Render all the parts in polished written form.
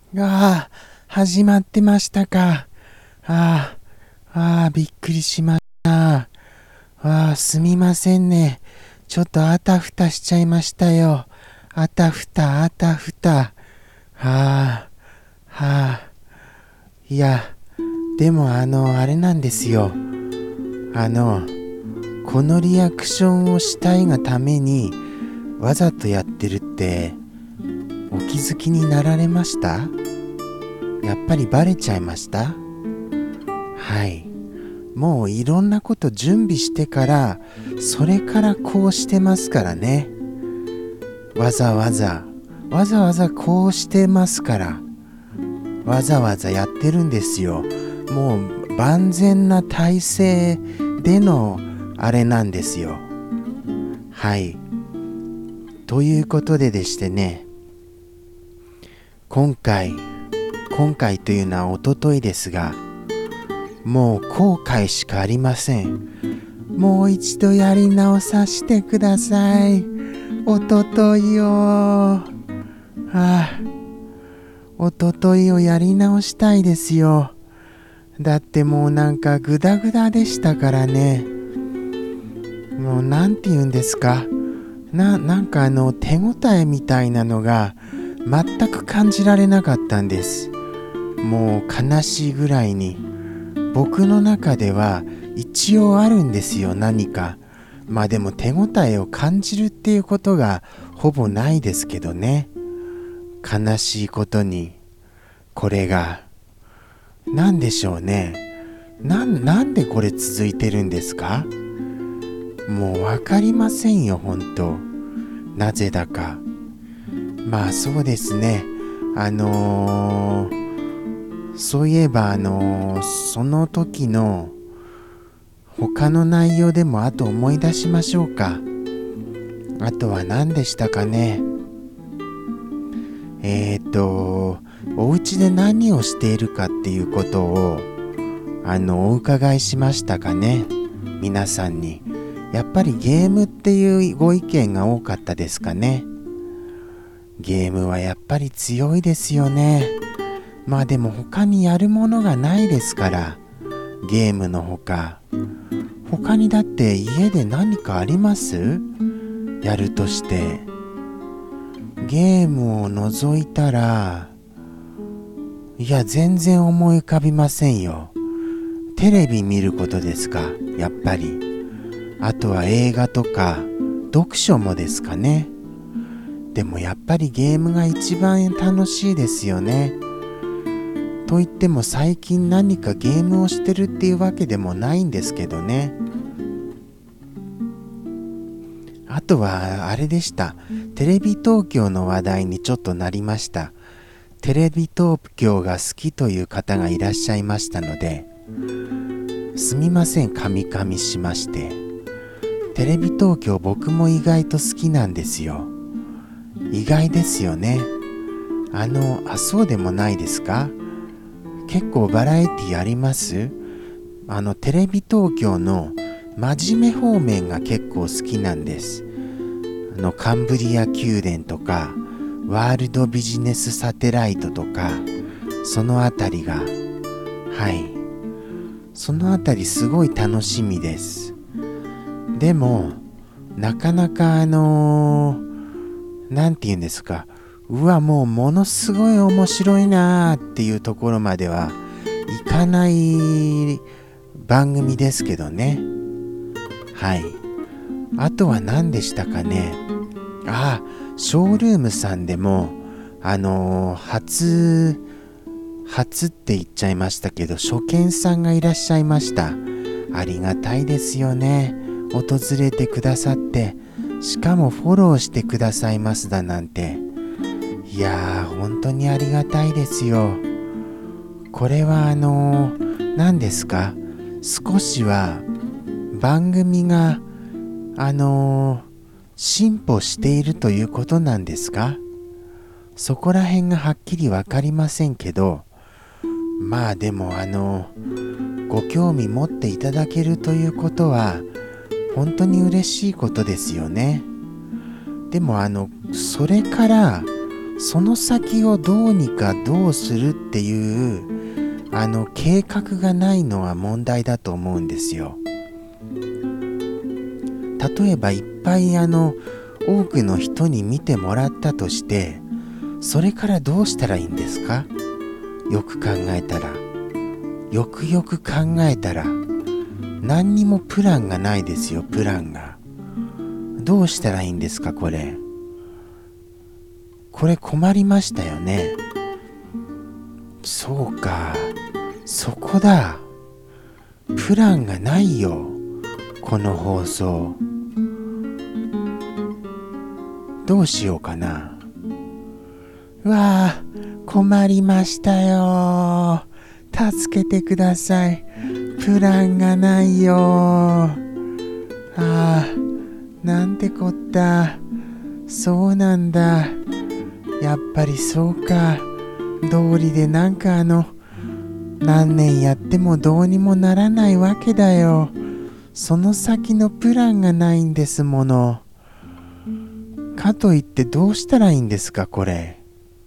ああ、始まってましたか。びっくりしました。すみませんね。ちょっとあたふたしちゃいましたよ。あたふた、あたふた。ああ、はあ。いや、でもあれなんですよ。あの、このリアクションをしたいがために、わざとやってるって、お気づきになられました？やっぱりバレちゃいました？はい。もういろんなこと準備してから、それからこうしてますからね。わざわざこうしてますから、わざわざやってるんですよ。もう万全な体制でのあれなんですよ。はい。ということでしてね、今回というのはおとといですが、もう後悔しかありません。もう一度やり直させてください。おとといを。おとといをやり直したいですよ。だってもうなんかグダグダでしたからね。もうなんて言うんですか。なんか手応えみたいなのが全く感じられなかったんです。もう悲しいぐらいに。僕の中では一応あるんですよ、何か。まあでも手応えを感じるっていうことがほぼないですけどね。悲しいことに、これが。なんでしょうね。なんでこれ続いてるんですか？もうわかりませんよ、ほんと。なぜだか。まあそうですね。そういえばその時の他の内容でもあと思い出しましょうか。あとは何でしたかね。お家で何をしているかっていうことをお伺いしましたかね、皆さんに。やっぱりゲームっていうご意見が多かったですかね。ゲームはやっぱり強いですよね。まあでも他にやるものがないですから、ゲームのほか。他にだって家で何かあります？やるとして。ゲームを除いたら、いや全然思い浮かびませんよ。テレビ見ることですか、やっぱり。あとは映画とか読書もですかね。でもやっぱりゲームが一番楽しいですよね。と言っても最近何かゲームをしてるっていうわけでもないんですけどね。あとはあれでした。テレビ東京の話題にちょっとなりました。テレビ東京が好きという方がいらっしゃいましたので、すみません、カミカミしまして。テレビ東京僕も意外と好きなんですよ。意外ですよね。そうでもないですか？結構バラエティあります？テレビ東京の真面目方面が結構好きなんです。カンブリア宮殿とか、ワールドビジネスサテライトとか、そのあたりが、はい。そのあたりすごい楽しみです。でも、なかなかなんて言うんですか、もうものすごい面白いなーっていうところまではいかない番組ですけどね。はい。あとは何でしたかね。ショールームさんでも初って言っちゃいましたけど、初見さんがいらっしゃいました。ありがたいですよね。訪れてくださって、しかもフォローしてくださいますだなんて。いやー、本当にありがたいですよ。これは何ですか？少しは番組が進歩しているということなんですか？そこら辺がはっきりわかりませんけど、まあでもご興味持っていただけるということは本当に嬉しいことですよね。でもそれからその先をどうにかどうするっていう計画がないのは問題だと思うんですよ。例えばいっぱい多くの人に見てもらったとして、それからどうしたらいいんですか？よく考えたら、よくよく考えたら、何にもプランがないですよ。プランがどうしたらいいんですか？これ困りましたよね。そうか、そこだ。プランがないよ、この放送。どうしようかな。うわあ、困りましたよ。助けてください。プランがないよ。ああ、なんてこった。そうなんだ。やっぱりそうか。道理でなんか何年やってもどうにもならないわけだよ。その先のプランがないんですもの。かといってどうしたらいいんですか、これ。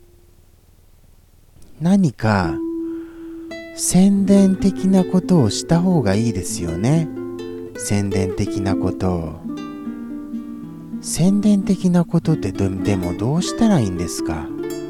何か宣伝的なことをした方がいいですよね。宣伝的なことを。宣伝的なことってでもどうしたらいいんですか？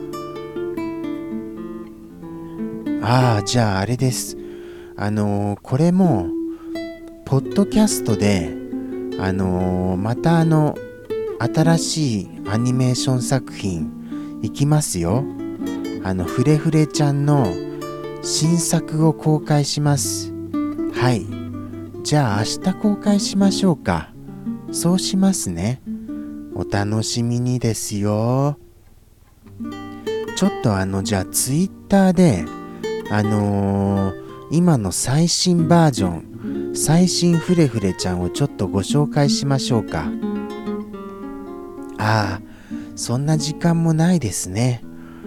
じゃああれです。これもポッドキャストでまた新しいアニメーション作品いきますよ。フレフレちゃんの新作を公開します。はい。じゃあ明日公開しましょうか。そうしますね。お楽しみにですよ。ちょっとじゃあツイッターで今の最新バージョン、最新フレフレちゃんをちょっとご紹介しましょうか。そんな時間もないですね。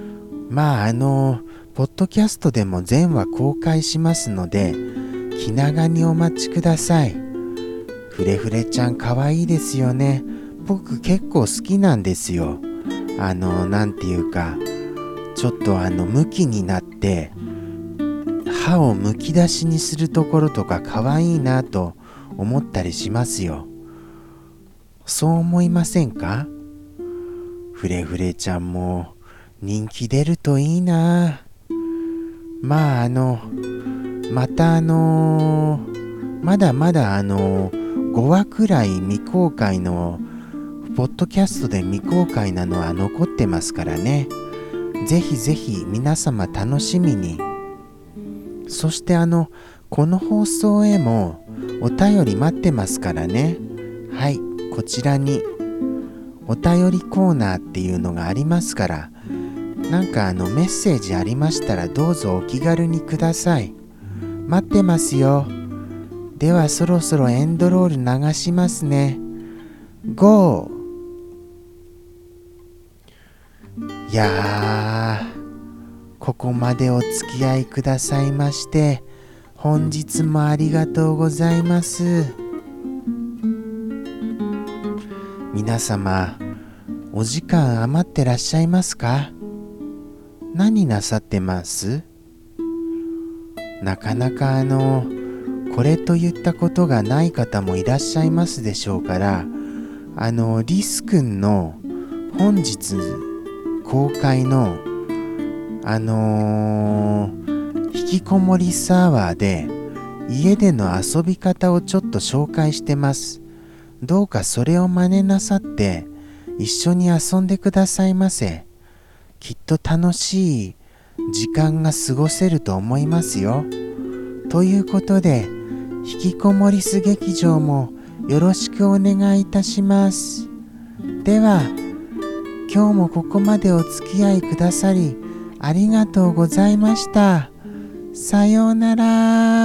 ポッドキャストでも全話公開しますので、気長にお待ちください。フレフレちゃんかわいいですよね。僕結構好きなんですよ。なんていうか、ちょっとムキになって歯をむき出しにするところとかかわいいなと思ったりしますよ。そう思いませんか？フレフレちゃんも人気出るといいな。またまだまだ5話くらい未公開のポッドキャストで未公開なのは残ってますからね。ぜひぜひ皆様楽しみに。そしてこの放送へもお便り待ってますからね。はい、こちらにお便りコーナーっていうのがありますから、なんかメッセージありましたらどうぞお気軽にください。待ってますよ。ではそろそろエンドロール流しますね。GO！ いやー、ここまでお付き合いくださいまして本日もありがとうございます。皆様お時間余ってらっしゃいますか？何なさってます？なかなかこれといったことがない方もいらっしゃいますでしょうから、リスくんの本日公開の引きこもりサワーで家での遊び方をちょっと紹介してます。どうかそれを真似なさって一緒に遊んでくださいませ。きっと楽しい時間が過ごせると思いますよ。ということで引きこもりす劇場もよろしくお願いいたします。では今日もここまでお付き合いくださりありがとうございました。さようなら。